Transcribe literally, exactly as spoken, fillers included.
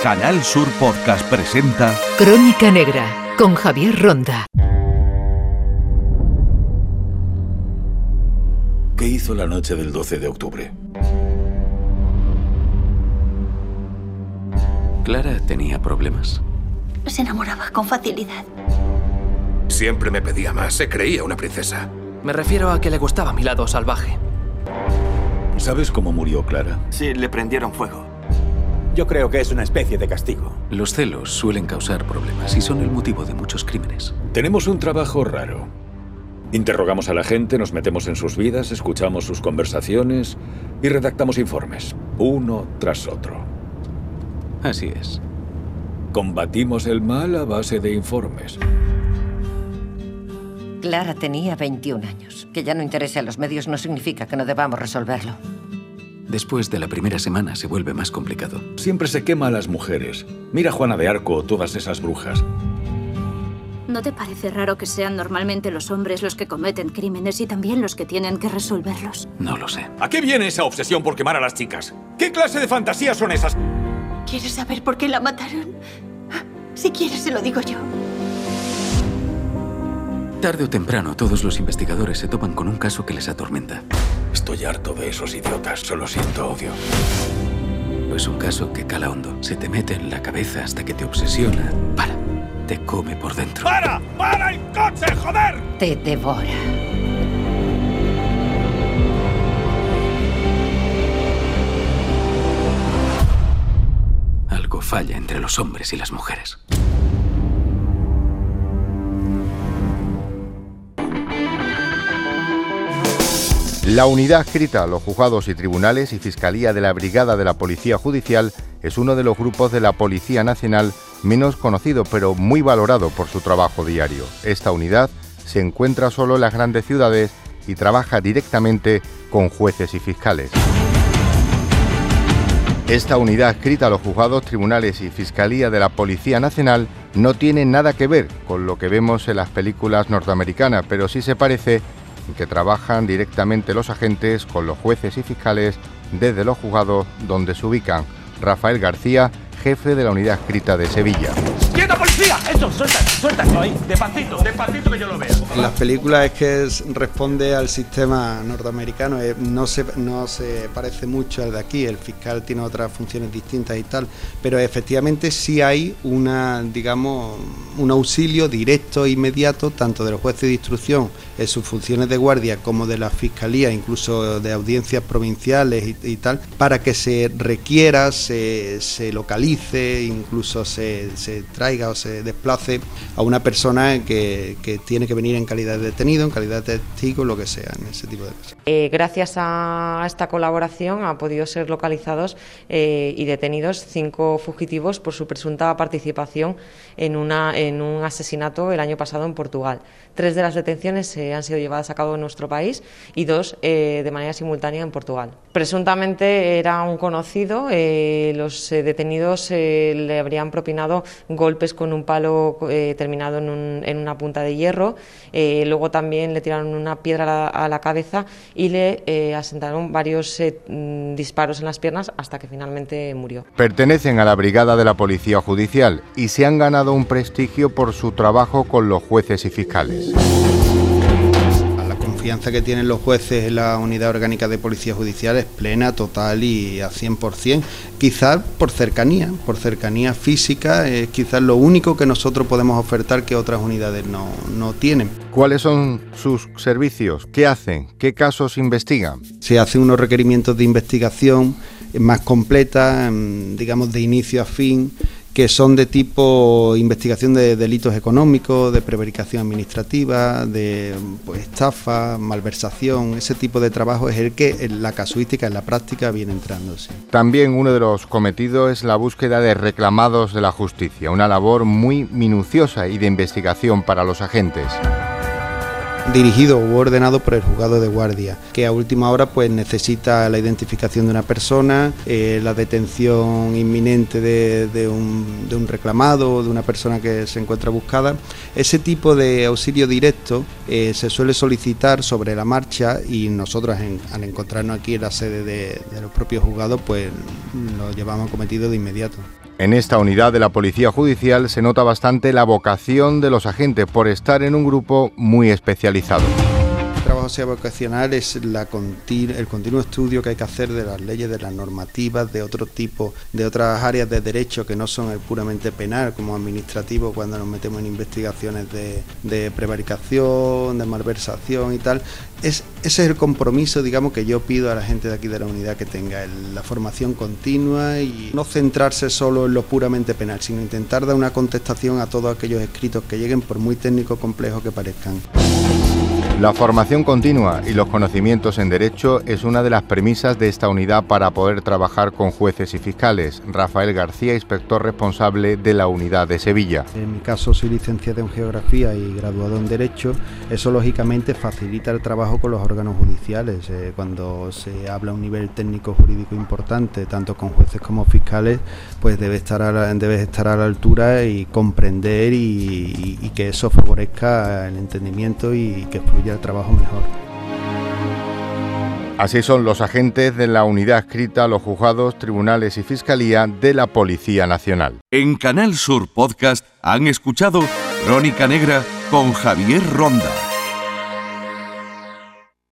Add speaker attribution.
Speaker 1: Canal Sur Podcast presenta
Speaker 2: Crónica Negra con Javier Ronda.
Speaker 3: ¿Qué hizo la noche del doce de octubre?
Speaker 4: Clara tenía problemas.
Speaker 5: Se enamoraba con facilidad.
Speaker 6: Siempre me pedía más, se creía una princesa.
Speaker 7: Me refiero a que le gustaba mi lado salvaje.
Speaker 3: ¿Sabes cómo murió Clara?
Speaker 8: Sí, le prendieron fuego.
Speaker 9: Yo creo que es una especie de castigo.
Speaker 4: Los celos suelen causar problemas y son el motivo de muchos crímenes.
Speaker 3: Tenemos un trabajo raro. Interrogamos a la gente, nos metemos en sus vidas, escuchamos sus conversaciones y redactamos informes, uno tras otro.
Speaker 4: Así es.
Speaker 3: Combatimos el mal a base de informes.
Speaker 10: Clara tenía veintiún años. Que ya no interese a los medios no significa que no debamos resolverlo.
Speaker 4: Después de la primera semana se vuelve más complicado.
Speaker 3: Siempre se quema a las mujeres. Mira a Juana de Arco o todas esas brujas.
Speaker 5: ¿No te parece raro que sean normalmente los hombres los que cometen crímenes y también los que tienen que resolverlos?
Speaker 4: No lo sé.
Speaker 9: ¿A qué viene esa obsesión por quemar a las chicas? ¿Qué clase de fantasías son esas?
Speaker 5: ¿Quieres saber por qué la mataron? Si quieres, se lo digo yo.
Speaker 4: Tarde o temprano, todos los investigadores se topan con un caso que les atormenta.
Speaker 3: Estoy harto de esos idiotas, solo siento odio.
Speaker 4: Es un caso que cala hondo, se te mete en la cabeza hasta que te obsesiona. Para, te come por dentro.
Speaker 9: ¡Para! ¡Para el coche, joder!
Speaker 10: Te devora.
Speaker 4: Algo falla entre los hombres y las mujeres.
Speaker 11: La unidad adscrita a los juzgados y tribunales y Fiscalía de la Brigada de la Policía Judicial es uno de los grupos de la Policía Nacional menos conocido, pero muy valorado por su trabajo diario. Esta unidad se encuentra solo en las grandes ciudades y trabaja directamente con jueces y fiscales. Esta unidad adscrita a los juzgados, tribunales y Fiscalía de la Policía Nacional no tiene nada que ver con lo que vemos en las películas norteamericanas, pero sí se parece en que trabajan directamente los agentes con los jueces y fiscales desde los juzgados donde se ubican. Rafael García, jefe de la unidad adscrita de Sevilla.
Speaker 9: ¡Quieta, policía! ¡Eso! ¡Suelta! ¡Suelta! Ahí, despacito, despacito que yo lo veo.
Speaker 12: En las películas es que es, responde al sistema norteamericano, eh, no, se, no se parece mucho al de aquí, el fiscal tiene otras funciones distintas y tal, pero efectivamente sí hay una, digamos, un auxilio directo e inmediato, tanto de los jueces de instrucción en sus funciones de guardia como de la fiscalía, incluso de audiencias provinciales y, y tal, para que se requiera, se, se localice, incluso se, se traiga o se desplace a una persona que, que tiene que venir en calidad de detenido, en calidad de testigo, lo que sea, en ese tipo de cosas.
Speaker 13: Eh, gracias a esta colaboración han podido ser localizados eh, y detenidos cinco fugitivos por su presunta participación en, una, en un asesinato el año pasado en Portugal. Tres de las detenciones eh, han sido llevadas a cabo en nuestro país y dos eh, de manera simultánea en Portugal. Presuntamente era un conocido, eh, los eh, detenidos eh, le habrían propinado golpes con un palo eh, terminado en, un, en una punta de hierro, eh, luego también le tiraron una piedra a la, a la cabeza y le eh, asentaron varios eh, disparos en las piernas hasta que finalmente murió.
Speaker 11: Pertenecen a la Brigada de la Policía Judicial y se han ganado un prestigio por su trabajo con los jueces y fiscales.
Speaker 12: La confianza que tienen los jueces en la unidad orgánica de policía judicial es plena, total y a cien por ciento. Quizás por cercanía, por cercanía física, es quizás lo único que nosotros podemos ofertar que otras unidades no, no tienen.
Speaker 11: ¿Cuáles son sus servicios? ¿Qué hacen? ¿Qué casos investigan?
Speaker 12: Se hacen unos requerimientos de investigación más completa, digamos de inicio a fin, que son de tipo investigación de delitos económicos, de prevaricación administrativa, de pues, estafa, malversación. Ese tipo de trabajo es el que en la casuística, en la práctica, viene entrando. Sí.
Speaker 11: También uno de los cometidos es la búsqueda de reclamados de la justicia, una labor muy minuciosa y de investigación para los agentes.
Speaker 12: Dirigido u ordenado por el juzgado de guardia, que a última hora pues necesita la identificación de una persona, eh, la detención inminente de, de, un, de un reclamado, de una persona que se encuentra buscada. Ese tipo de auxilio directo eh, se suele solicitar sobre la marcha y nosotros en, al encontrarnos aquí en la sede de, de los propios juzgados pues lo llevamos cometido de inmediato.
Speaker 11: En esta unidad de la Policía Judicial se nota bastante la vocación de los agentes por estar en un grupo muy especializado.
Speaker 12: El trabajo sea vocacional es la continu- el continuo estudio que hay que hacer de las leyes, de las normativas, de otro tipo, de otras áreas de derecho que no son el puramente penal, como administrativo, cuando nos metemos en investigaciones de, de prevaricación, de malversación y tal. Es, ese es el compromiso, digamos, que yo pido a la gente de aquí de la unidad, que tenga el, la formación continua y no centrarse solo en lo puramente penal, sino intentar dar una contestación a todos aquellos escritos que lleguen, por muy técnico complejos que parezcan.
Speaker 11: La formación continua y los conocimientos en derecho es una de las premisas de esta unidad para poder trabajar con jueces y fiscales. Rafael García, inspector responsable de la unidad de Sevilla.
Speaker 12: En mi caso soy licenciado en Geografía y graduado en Derecho. Eso lógicamente facilita el trabajo con los órganos judiciales. Eh, cuando se habla a un nivel técnico jurídico importante, tanto con jueces como fiscales, pues debe estar a la, debes estar a la altura y comprender y, y, y que eso favorezca el entendimiento y que fluya el trabajo mejor.
Speaker 11: Así son los agentes de la unidad adscrita a los juzgados, tribunales y fiscalía de la Policía Nacional.
Speaker 1: En Canal Sur Podcast han escuchado Crónica Negra con Javier Ronda.